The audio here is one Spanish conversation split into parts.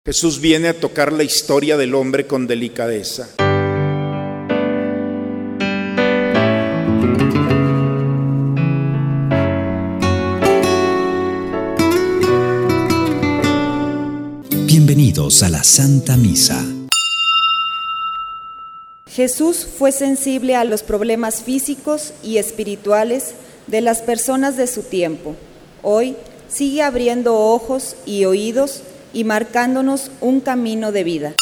Jesús viene a tocar la historia del hombre con delicadeza. Bienvenidos a la Santa Misa. Jesús fue sensible a los problemas físicos y espirituales de las personas de su tiempo. Hoy sigue abriendo ojos y oídos y marcándonos un camino de vida.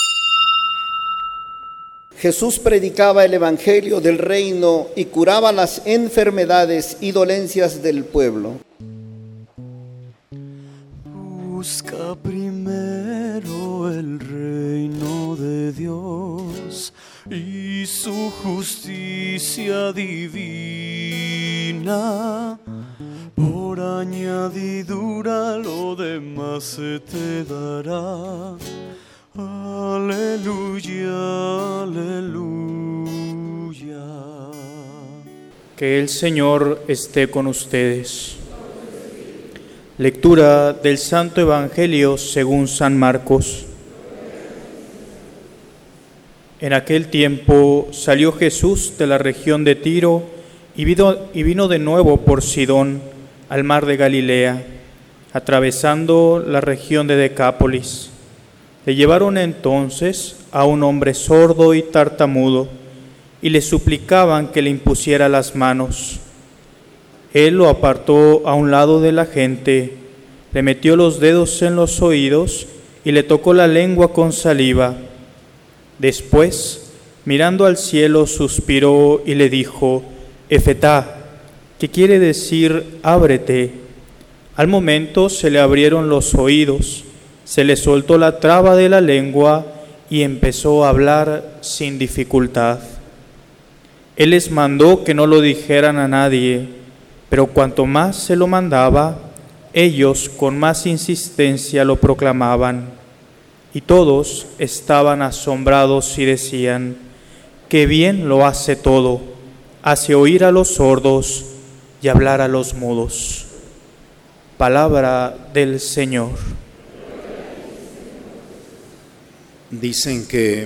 Jesús predicaba el Evangelio del reino y curaba las enfermedades y dolencias del pueblo. Busca primero el reino de Dios y su justicia divina. Por añadidura lo demás se te dará. Aleluya, aleluya. Que el Señor esté con ustedes. Lectura del Santo Evangelio según San Marcos. En aquel tiempo salió Jesús de la región de Tiro y vino de nuevo por Sidón al mar de Galilea, atravesando la región de Decápolis. Le llevaron entonces a un hombre sordo y tartamudo y le suplicaban que le impusiera las manos. Él lo apartó a un lado de la gente, le metió los dedos en los oídos y le tocó la lengua con saliva. Después, mirando al cielo, suspiró y le dijo: Efetá, que quiere decir ábrete. Al momento se le abrieron los oídos, se le soltó la traba de la lengua y empezó a hablar sin dificultad. Él les mandó que no lo dijeran a nadie, pero cuanto más se lo mandaba, ellos con más insistencia lo proclamaban. Y todos estaban asombrados y decían: ¡qué bien lo hace todo! Hace oír a los sordos y hablar a los mudos. Palabra del Señor. Dicen que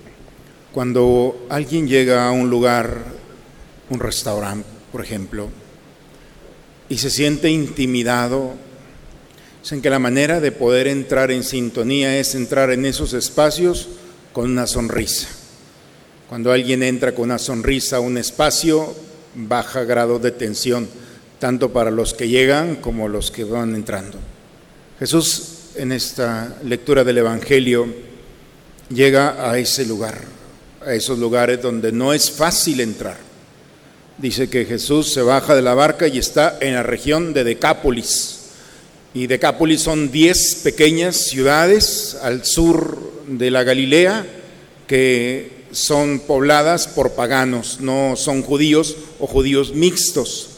cuando alguien llega a un lugar, un restaurante, por ejemplo, y se siente intimidado, dicen que la manera de poder entrar en sintonía es entrar en esos espacios con una sonrisa. Cuando alguien entra con una sonrisa a un espacio, baja grado de tensión, tanto para los que llegan como los que van entrando. Jesús, en esta lectura del Evangelio, llega a ese lugar, a esos lugares donde no es fácil entrar. Dice que Jesús se baja de la barca y está en la región de Decápolis. Y Decápolis son 10 pequeñas ciudades al sur de la Galilea que son pobladas por paganos, no son judíos o judíos mixtos.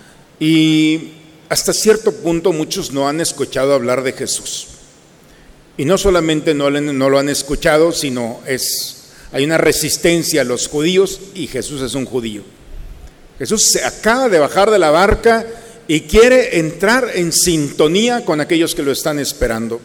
Y hasta cierto punto muchos no han escuchado hablar de Jesús. Y no solamente no lo han escuchado, sino hay una resistencia a los judíos y Jesús es un judío. Jesús se acaba de bajar de la barca y quiere entrar en sintonía con aquellos que lo están esperando.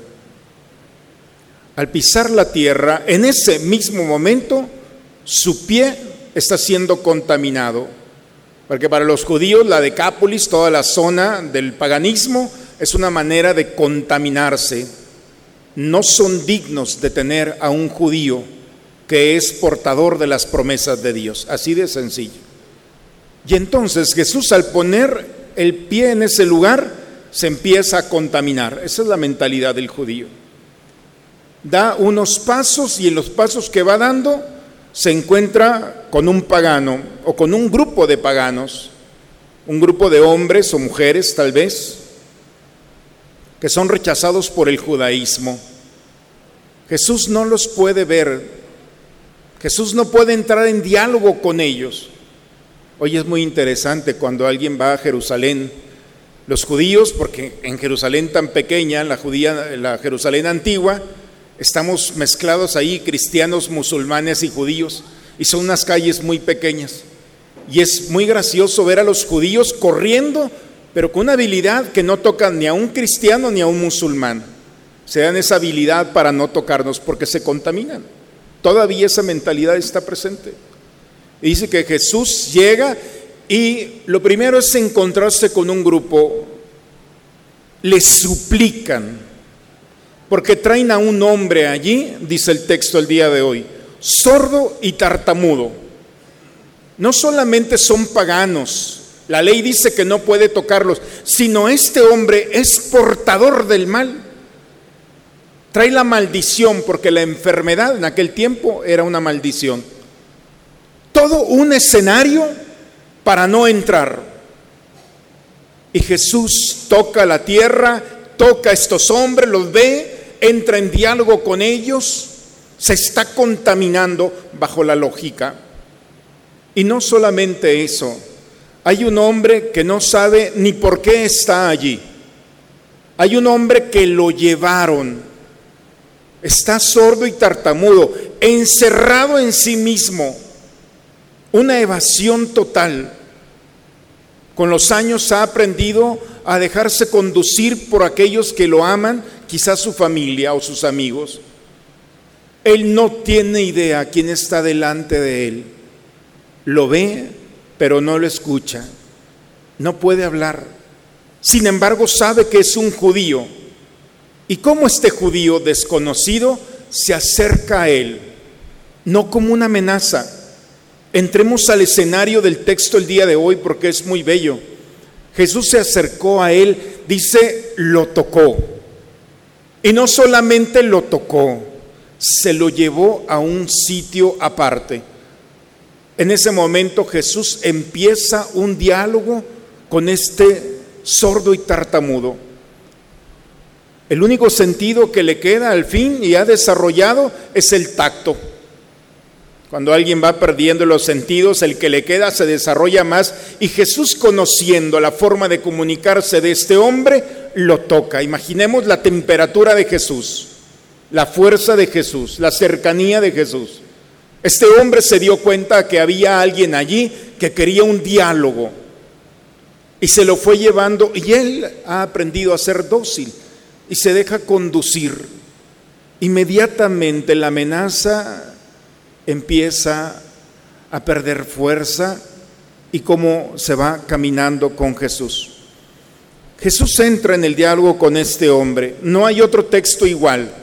Al pisar la tierra, en ese mismo momento, su pie está siendo contaminado. Porque para los judíos la Decápolis, toda la zona del paganismo, es una manera de contaminarse. No son dignos de tener a un judío que es portador de las promesas de Dios. Así de sencillo. Y entonces Jesús, al poner el pie en ese lugar, se empieza a contaminar. Esa es la mentalidad del judío. Da unos pasos y en los pasos que va dando se encuentra con un pagano o con un grupo de paganos, un grupo de hombres o mujeres tal vez, que son rechazados por el judaísmo. Jesús no los puede ver, Jesús no puede entrar en diálogo con ellos. Hoy es muy interesante cuando alguien va a Jerusalén, los judíos, porque en Jerusalén tan pequeña, la Jerusalén antigua, estamos mezclados ahí, cristianos, musulmanes y judíos, y son unas calles muy pequeñas. Y es muy gracioso ver a los judíos corriendo, pero con una habilidad que no tocan ni a un cristiano ni a un musulmán. se dan esa habilidad para no tocarnos porque se contaminan. Todavía esa mentalidad está presente. Y dice que Jesús llega y lo primero es encontrarse con un grupo. Le suplican, porque traen a un hombre allí, dice el texto el día de hoy, sordo y tartamudo. No solamente son paganos, la ley dice que no puede tocarlos, sino este hombre es portador del mal. Trae la maldición, porque la enfermedad en aquel tiempo era una maldición. Todo un escenario para no entrar. Y Jesús toca la tierra, toca a estos hombres, los ve, entra en diálogo con ellos, se está contaminando bajo la lógica. Y no solamente eso, hay un hombre que no sabe ni por qué está allí. Hay un hombre que lo llevaron, está sordo y tartamudo, encerrado en sí mismo, una evasión total. Con los años ha aprendido a dejarse conducir por aquellos que lo aman, quizás su familia o sus amigos. Él no tiene idea quién está delante de él. Lo ve, pero no lo escucha. No puede hablar. Sin embargo, sabe que es un judío. Y como este judío desconocido se acerca a él, no como una amenaza. Entremos al escenario del texto el día de hoy porque es muy bello. Jesús se acercó a él, dice, lo tocó. Y no solamente lo tocó, se lo llevó a un sitio aparte. En ese momento Jesús empieza un diálogo con este sordo y tartamudo. El único sentido que le queda al fin y ha desarrollado es el tacto. Cuando alguien va perdiendo los sentidos, el que le queda se desarrolla más, y Jesús, conociendo la forma de comunicarse de este hombre, lo toca. Imaginemos la temperatura de Jesús, la fuerza de Jesús, la cercanía de Jesús. Este hombre se dio cuenta que había alguien allí que quería un diálogo y se lo fue llevando, y él ha aprendido a ser dócil y se deja conducir. Inmediatamente la amenaza empieza a perder fuerza, y cómo se va caminando con Jesús. Jesús entra en el diálogo con este hombre. No hay otro texto igual.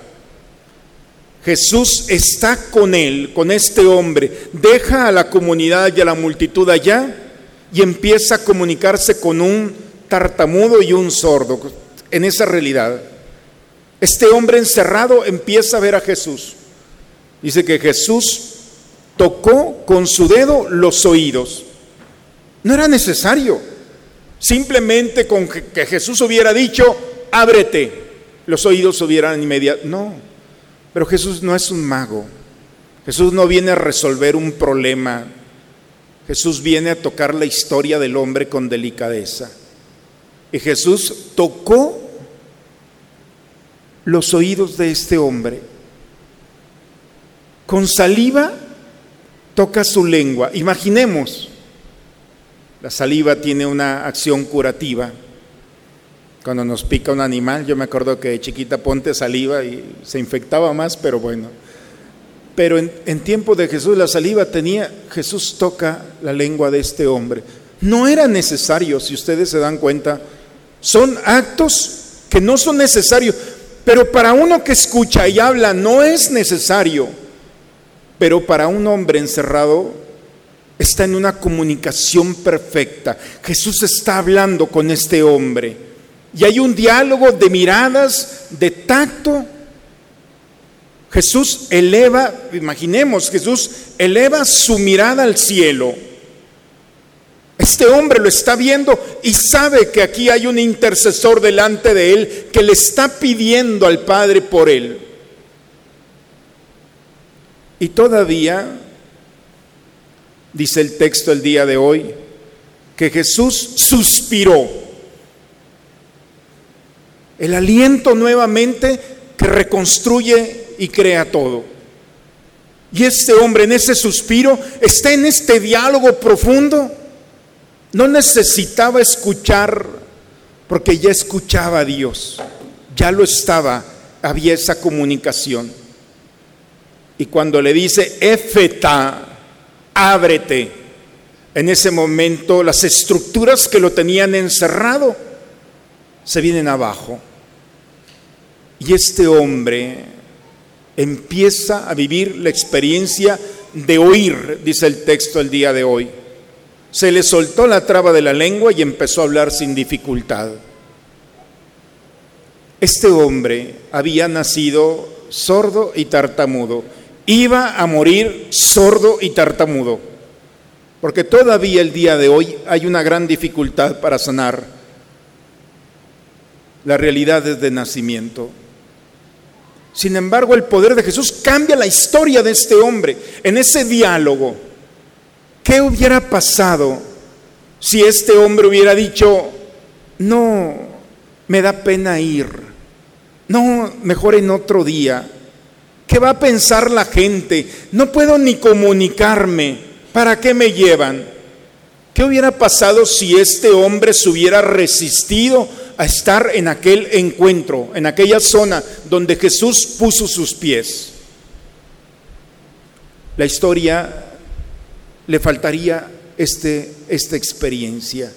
Jesús está con él, con este hombre, deja a la comunidad y a la multitud allá y empieza a comunicarse con un tartamudo y un sordo. En esa realidad, este hombre encerrado empieza a ver a Jesús. Dice que Jesús tocó con su dedo los oídos. No era necesario. Simplemente con que Jesús hubiera dicho, ábrete, los oídos hubieran inmediato. No, pero Jesús no es un mago. Jesús no viene a resolver un problema. Jesús viene a tocar la historia del hombre con delicadeza. Y Jesús tocó los oídos de este hombre. Con saliva toca su lengua. Imaginemos, la saliva tiene una acción curativa. Cuando nos pica un animal, yo me acuerdo que de chiquita ponte saliva y se infectaba más, pero bueno. Pero en tiempo de Jesús la saliva tenía, Jesús toca la lengua de este hombre. No era necesario, si ustedes se dan cuenta, son actos que no son necesarios, pero para uno que escucha y habla no es necesario. Pero para un hombre encerrado está en una comunicación perfecta. Jesús está hablando con este hombre y hay un diálogo de miradas, de tacto. Jesús eleva, imaginemos, Jesús eleva su mirada al cielo. Este hombre lo está viendo y sabe que aquí hay un intercesor delante de él que le está pidiendo al Padre por él. Y todavía, dice el texto el día de hoy, que Jesús suspiró. El aliento nuevamente que reconstruye y crea todo. Y este hombre en ese suspiro está en este diálogo profundo. No necesitaba escuchar, porque ya escuchaba a Dios, ya lo estaba había esa comunicación. Y cuando le dice, Éfeta, ábrete, en ese momento las estructuras que lo tenían encerrado se vienen abajo. Y este hombre empieza a vivir la experiencia de oír, dice el texto el día de hoy. Se le soltó la traba de la lengua y empezó a hablar sin dificultad. Este hombre había nacido sordo y tartamudo. Iba a morir sordo y tartamudo, porque todavía el día de hoy hay una gran dificultad para sanar las realidades de nacimiento. Sin embargo, el poder de Jesús cambia la historia de este hombre. En ese diálogo, ¿qué hubiera pasado si este hombre hubiera dicho, no, me da pena ir, no, mejor en otro día? ¿Qué va a pensar la gente? No puedo ni comunicarme. ¿Para qué me llevan? ¿Qué hubiera pasado si este hombre se hubiera resistido a estar en aquel encuentro, en aquella zona donde Jesús puso sus pies? La historia le faltaría esta experiencia.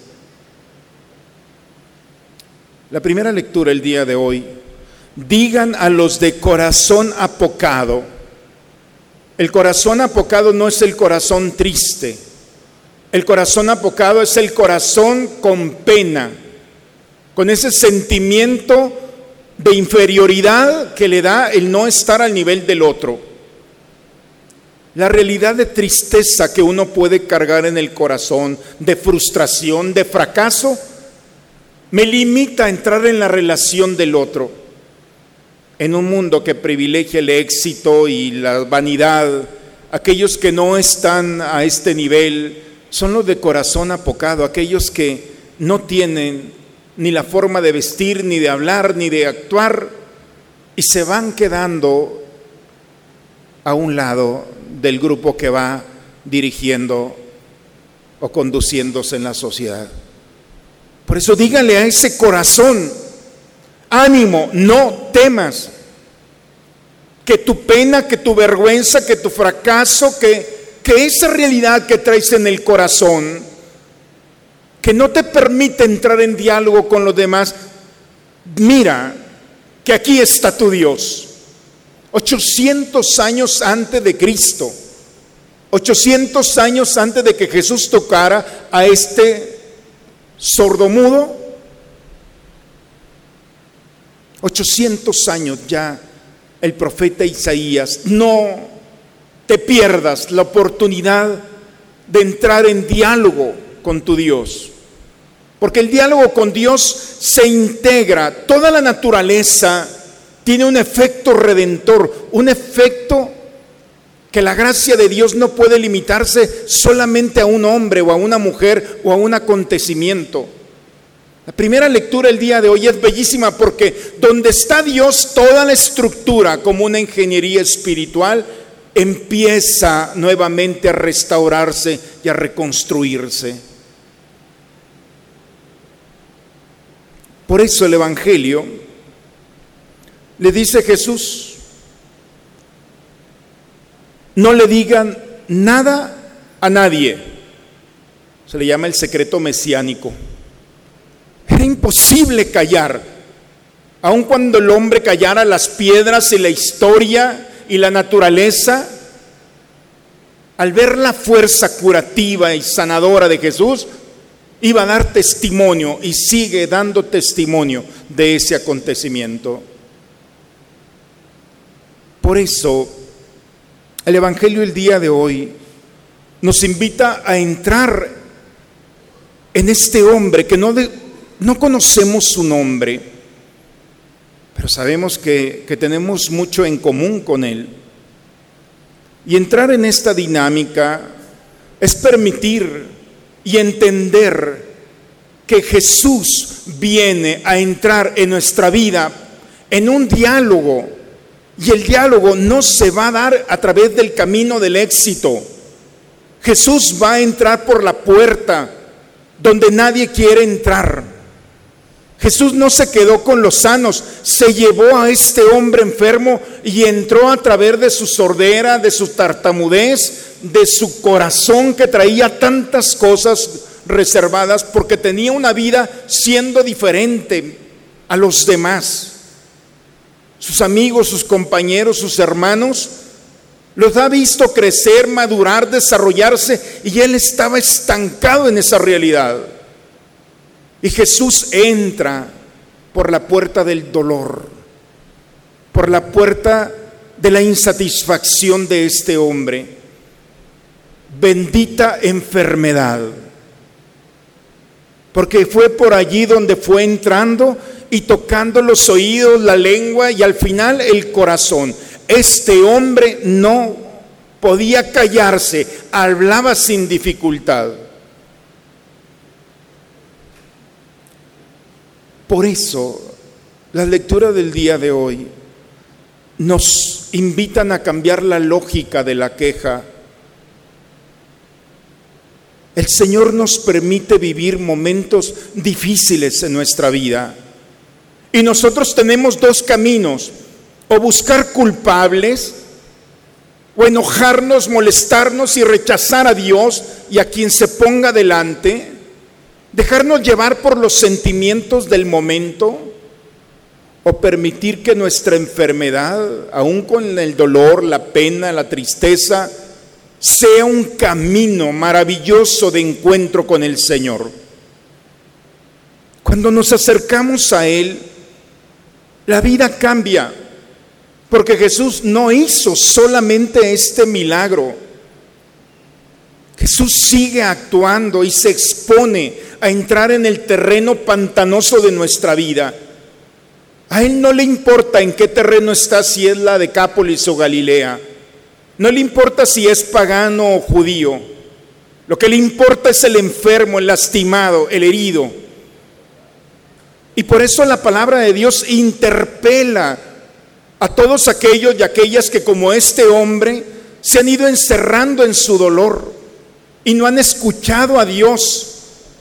La primera lectura el día de hoy: digan a los de corazón apocado. El corazón apocado no es el corazón triste. El corazón apocado es el corazón con pena, con ese sentimiento de inferioridad que le da el no estar al nivel del otro. La realidad de tristeza que uno puede cargar en el corazón, de frustración, de fracaso, me limita a entrar en la relación del otro. En un mundo que privilegia el éxito y la vanidad, aquellos que no están a este nivel son los de corazón apocado, aquellos que no tienen ni la forma de vestir, ni de hablar, ni de actuar, y se van quedando a un lado del grupo que va dirigiendo o conduciéndose en la sociedad. Por eso dígale a ese corazón: ánimo, no temas, que tu pena, que tu vergüenza, que tu fracaso, que esa realidad que traes en el corazón, que no te permite entrar en diálogo con los demás, mira que aquí está tu Dios. 800 años antes de Cristo, 800 años antes de que Jesús tocara a este sordomudo, 800 años ya el profeta Isaías. No te pierdas la oportunidad de entrar en diálogo con tu Dios, porque el diálogo con Dios se integra. Toda la naturaleza tiene un efecto redentor, un efecto que la gracia de Dios no puede limitarse solamente a un hombre o a una mujer o a un acontecimiento. La primera lectura el día de hoy es bellísima, porque donde está Dios, toda la estructura, como una ingeniería espiritual, empieza nuevamente a restaurarse y a reconstruirse. Por eso el Evangelio le dice Jesús: no le digan nada a nadie. Se le llama el secreto mesiánico. Era imposible callar. Aun cuando el hombre callara las piedras y la historia y la naturaleza, al ver la fuerza curativa y sanadora de Jesús, iba a dar testimonio y sigue dando testimonio de ese acontecimiento. Por eso, el Evangelio el día de hoy nos invita a entrar en este hombre que no conocemos su nombre, pero sabemos que tenemos mucho en común con él. Y entrar en esta dinámica es permitir y entender que Jesús viene a entrar en nuestra vida en un diálogo, y el diálogo no se va a dar a través del camino del éxito. Jesús va a entrar por la puerta donde nadie quiere entrar. Jesús no se quedó con los sanos, se llevó a este hombre enfermo y entró a través de su sordera, de su tartamudez, de su corazón que traía tantas cosas reservadas porque tenía una vida siendo diferente a los demás. Sus amigos, sus compañeros, sus hermanos, los ha visto crecer, madurar, desarrollarse, y él estaba estancado en esa realidad. Y Jesús entra por la puerta del dolor, por la puerta de la insatisfacción de este hombre. Bendita enfermedad, porque fue por allí donde fue entrando y tocando los oídos, la lengua y al final el corazón. Este hombre no podía callarse, hablaba sin dificultad. Por eso, la lectura del día de hoy nos invitan a cambiar la lógica de la queja. El Señor nos permite vivir momentos difíciles en nuestra vida. Y nosotros tenemos dos caminos: o buscar culpables, o enojarnos, molestarnos y rechazar a Dios y a quien se ponga delante, dejarnos llevar por los sentimientos del momento, o permitir que nuestra enfermedad, aún con el dolor, la pena, la tristeza, sea un camino maravilloso de encuentro con el Señor. Cuando nos acercamos a Él, la vida cambia, porque Jesús no hizo solamente este milagro. Jesús sigue actuando y se expone a entrar en el terreno pantanoso de nuestra vida. A Él no le importa en qué terreno está, si es la Decápolis o Galilea. No le importa si es pagano o judío. Lo que le importa es el enfermo, el lastimado, el herido. Y por eso la palabra de Dios interpela a todos aquellos y aquellas que, como este hombre, se han ido encerrando en su dolor y no han escuchado a Dios.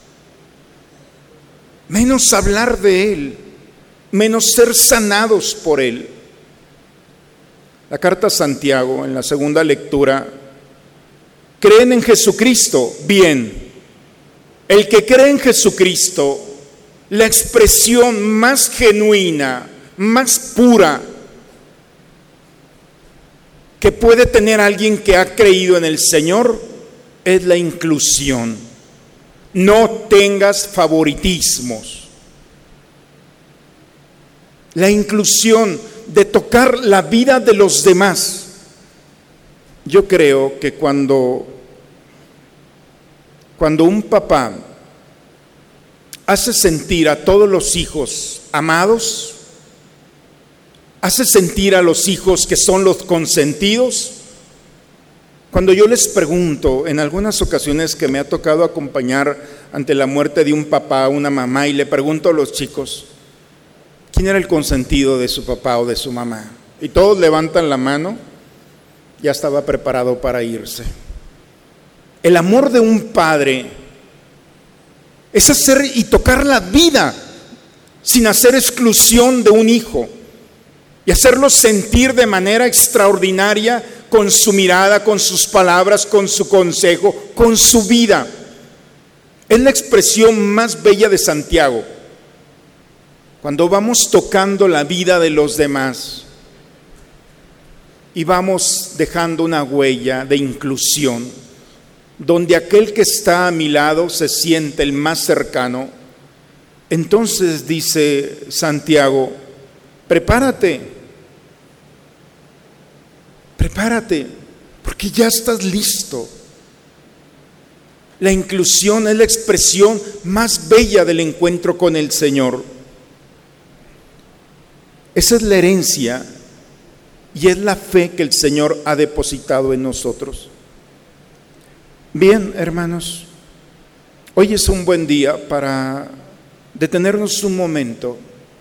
Menos hablar de Él, menos ser sanados por Él. La carta a Santiago, en la segunda lectura: ¿creen en Jesucristo? Bien. El que cree en Jesucristo, la expresión más genuina, más pura que puede tener alguien que ha creído en el Señor, es la inclusión. No tengas favoritismos. La inclusión de tocar la vida de los demás. Yo creo que cuando un papá hace sentir a todos los hijos amados, hace sentir a los hijos que son los consentidos. Cuando yo les pregunto, en algunas ocasiones que me ha tocado acompañar ante la muerte de un papá, una mamá, y le pregunto a los chicos, ¿quién era el consentido de su papá o de su mamá? Y todos levantan la mano. Ya estaba preparado para irse. El amor de un padre es hacer y tocar la vida sin hacer exclusión de un hijo, y hacerlo sentir de manera extraordinaria con su mirada, con sus palabras, con su consejo, con su vida. Es la expresión más bella de Santiago. Cuando vamos tocando la vida de los demás y vamos dejando una huella de inclusión, donde aquel que está a mi lado se siente el más cercano, entonces dice Santiago, prepárate, porque ya estás listo. La inclusión es la expresión más bella del encuentro con el Señor. Esa es la herencia y es la fe que el Señor ha depositado en nosotros. Bien, hermanos, hoy es un buen día para detenernos un momento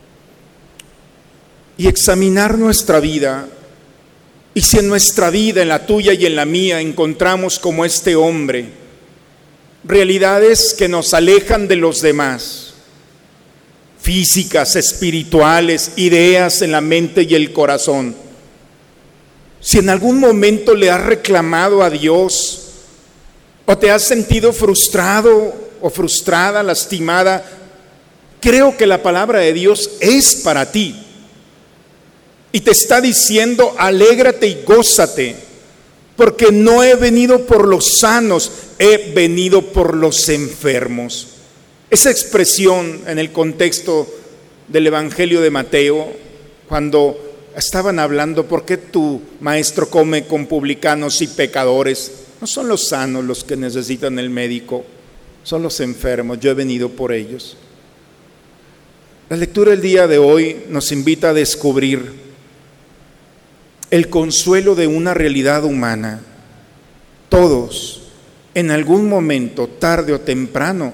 y examinar nuestra vida. Y si en nuestra vida, en la tuya y en la mía, encontramos como este hombre realidades que nos alejan de los demás, físicas, espirituales, ideas en la mente y el corazón. Si en algún momento le has reclamado a Dios o te has sentido frustrado o frustrada, lastimada, creo que la palabra de Dios es para ti. Y te está diciendo, alégrate y gózate, porque no he venido por los sanos, he venido por los enfermos. Esa expresión en el contexto del Evangelio de Mateo, cuando estaban hablando, ¿por qué tu maestro come con publicanos y pecadores? No son los sanos los que necesitan el médico, son los enfermos, yo he venido por ellos. La lectura del día de hoy nos invita a descubrir el consuelo de una realidad humana. Todos, en algún momento, tarde o temprano,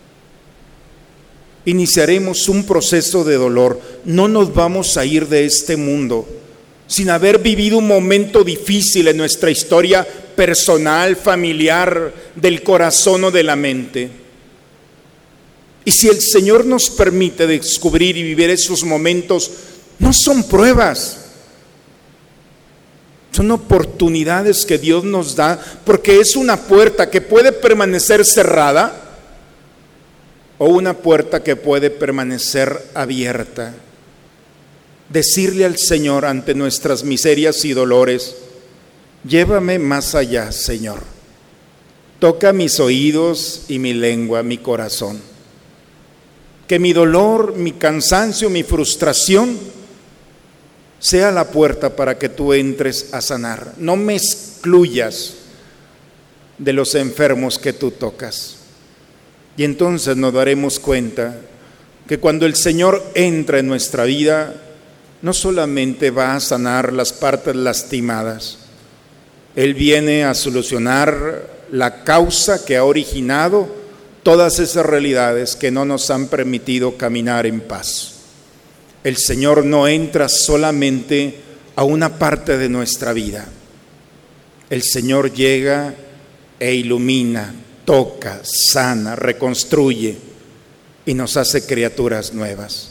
iniciaremos un proceso de dolor. No nos vamos a ir de este mundo sin haber vivido un momento difícil en nuestra historia personal, familiar, del corazón o de la mente. Y si el Señor nos permite descubrir y vivir esos momentos, no son pruebas, son oportunidades que Dios nos da, porque es una puerta que puede permanecer cerrada o una puerta que puede permanecer abierta. Decirle al Señor ante nuestras miserias y dolores, llévame más allá, Señor. Toca mis oídos y mi lengua, mi corazón. Que mi dolor, mi cansancio, mi frustración sea la puerta para que tú entres a sanar. No me excluyas de los enfermos que tú tocas. Y entonces nos daremos cuenta que cuando el Señor entra en nuestra vida, no solamente va a sanar las partes lastimadas, Él viene a solucionar la causa que ha originado todas esas realidades que no nos han permitido caminar en paz. El Señor no entra solamente a una parte de nuestra vida. El Señor llega e ilumina, toca, sana, reconstruye y nos hace criaturas nuevas.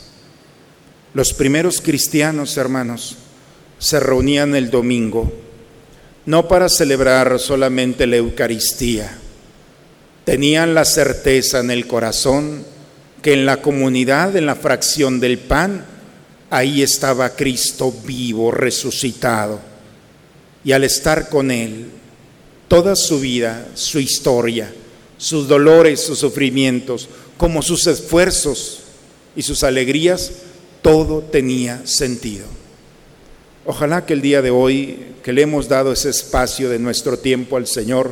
Los primeros cristianos, hermanos, se reunían el domingo, no para celebrar solamente la Eucaristía. Tenían la certeza en el corazón que en la comunidad, en la fracción del pan, ahí estaba Cristo vivo, resucitado. Y al estar con Él, toda su vida, su historia, sus dolores, sus sufrimientos, como sus esfuerzos y sus alegrías, todo tenía sentido. Ojalá que el día de hoy, que le hemos dado ese espacio de nuestro tiempo al Señor,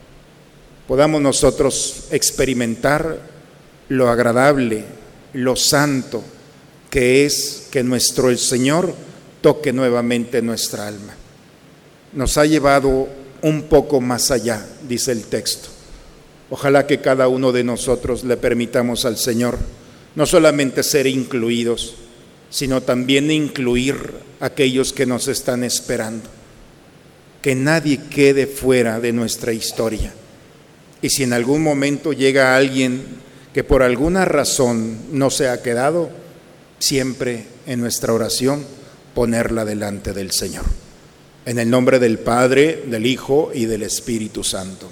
podamos nosotros experimentar lo agradable, lo santo que es que nuestro Señor toque nuevamente nuestra alma. Nos ha llevado un poco más allá, dice el texto. Ojalá que cada uno de nosotros le permitamos al Señor no solamente ser incluidos, sino también incluir a aquellos que nos están esperando. Que nadie quede fuera de nuestra historia. Y si en algún momento llega alguien que por alguna razón no se ha quedado, siempre en nuestra oración ponerla delante del Señor. En el nombre del Padre, del Hijo y del Espíritu Santo.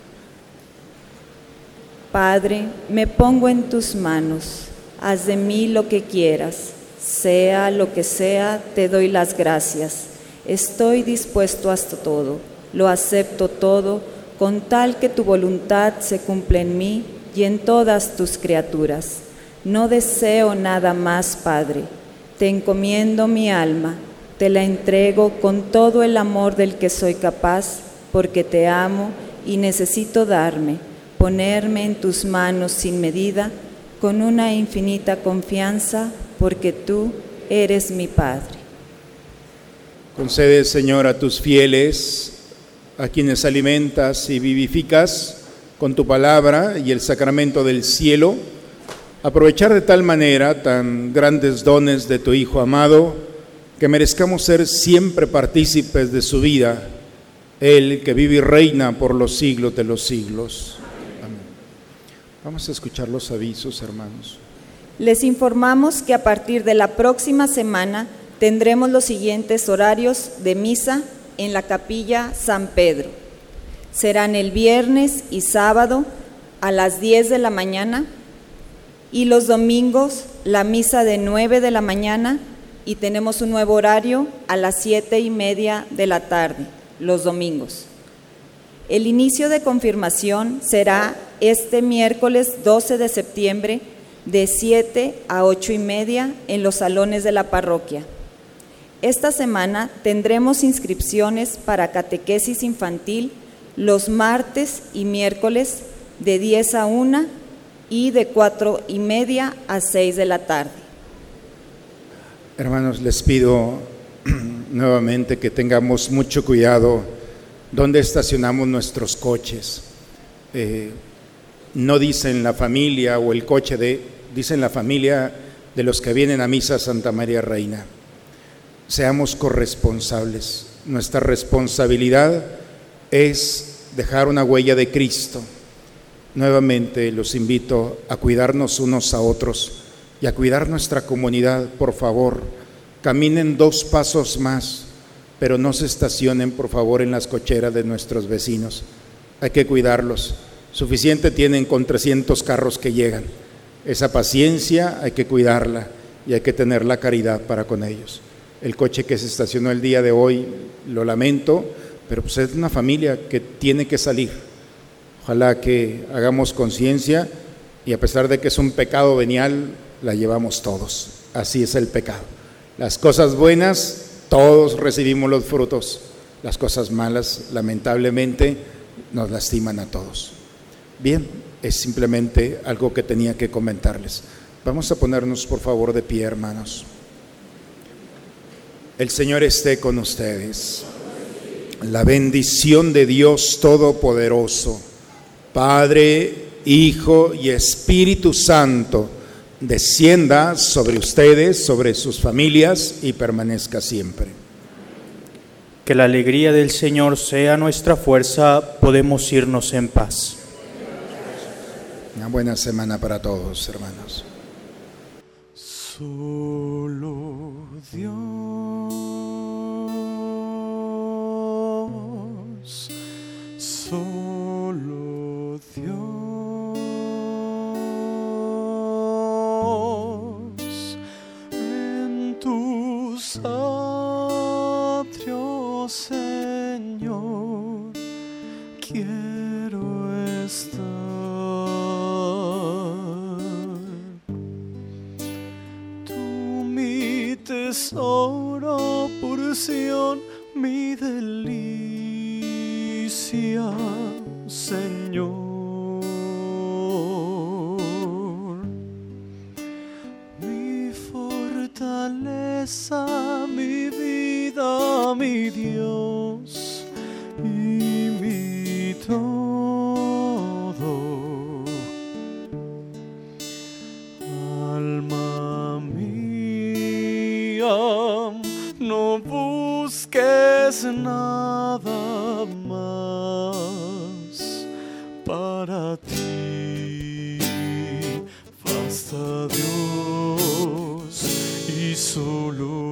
Padre, me pongo en tus manos, haz de mí lo que quieras, sea lo que sea, te doy las gracias. Estoy dispuesto hasta todo, lo acepto todo, con tal que tu voluntad se cumpla en mí y en todas tus criaturas. No deseo nada más, Padre. Te encomiendo mi alma, te la entrego con todo el amor del que soy capaz, porque te amo y necesito ponerme en tus manos sin medida, con una infinita confianza, porque tú eres mi Padre. Concede, Señor, a tus fieles, a quienes alimentas y vivificas con tu palabra y el sacramento del cielo, aprovechar de tal manera tan grandes dones de tu Hijo amado, que merezcamos ser siempre partícipes de su vida, Él que vive y reina por los siglos de los siglos. Amén. Vamos a escuchar los avisos, hermanos. Les informamos que a partir de la próxima semana tendremos los siguientes horarios de misa en la Capilla San Pedro. Serán el viernes y sábado a las 10 de la mañana y los domingos la misa de 9 de la mañana y tenemos un nuevo horario a las 7:30 de la tarde, los domingos. El inicio de confirmación será este miércoles 12 de septiembre de 7 a 8:30 en los salones de la parroquia. Esta semana tendremos inscripciones para catequesis infantil los martes y miércoles de 10 a 1 y de 4:30 a 6 de la tarde. Hermanos, les pido nuevamente que tengamos mucho cuidado donde estacionamos nuestros coches. No dicen la familia o el coche dicen la familia de los que vienen a misa Santa María Reina. Seamos corresponsables. Nuestra responsabilidad es dejar una huella de Cristo. Nuevamente los invito a cuidarnos unos a otros y a cuidar nuestra comunidad. Por favor, caminen 2 pasos más, pero no se estacionen, por favor, en las cocheras de nuestros vecinos. Hay que cuidarlos. Suficiente tienen con 300 carros que llegan. Esa paciencia hay que cuidarla y hay que tener la caridad para con ellos. El coche que se estacionó el día de hoy, lo lamento, pero pues es una familia que tiene que salir. Ojalá que hagamos conciencia y a pesar de que es un pecado venial, la llevamos todos. Así es el pecado. Las cosas buenas, todos recibimos los frutos. Las cosas malas, lamentablemente, nos lastiman a todos. Bien, es simplemente algo que tenía que comentarles. Vamos a ponernos, por favor, de pie, hermanos. El Señor esté con ustedes. La bendición de Dios Todopoderoso, Padre, Hijo y Espíritu Santo, descienda sobre ustedes, sobre sus familias y permanezca siempre. Que la alegría del Señor sea nuestra fuerza, podemos irnos en paz. Una buena semana para todos, hermanos. Solo Dios, solo Dios, en tus atrios, Señor, quiero estar. Tesoro, porción, mi delicia, Señor. Mi fortaleza, mi vida, mi Dios y mi todo. Alma mía, no busques nada más para ti. Basta Dios y solo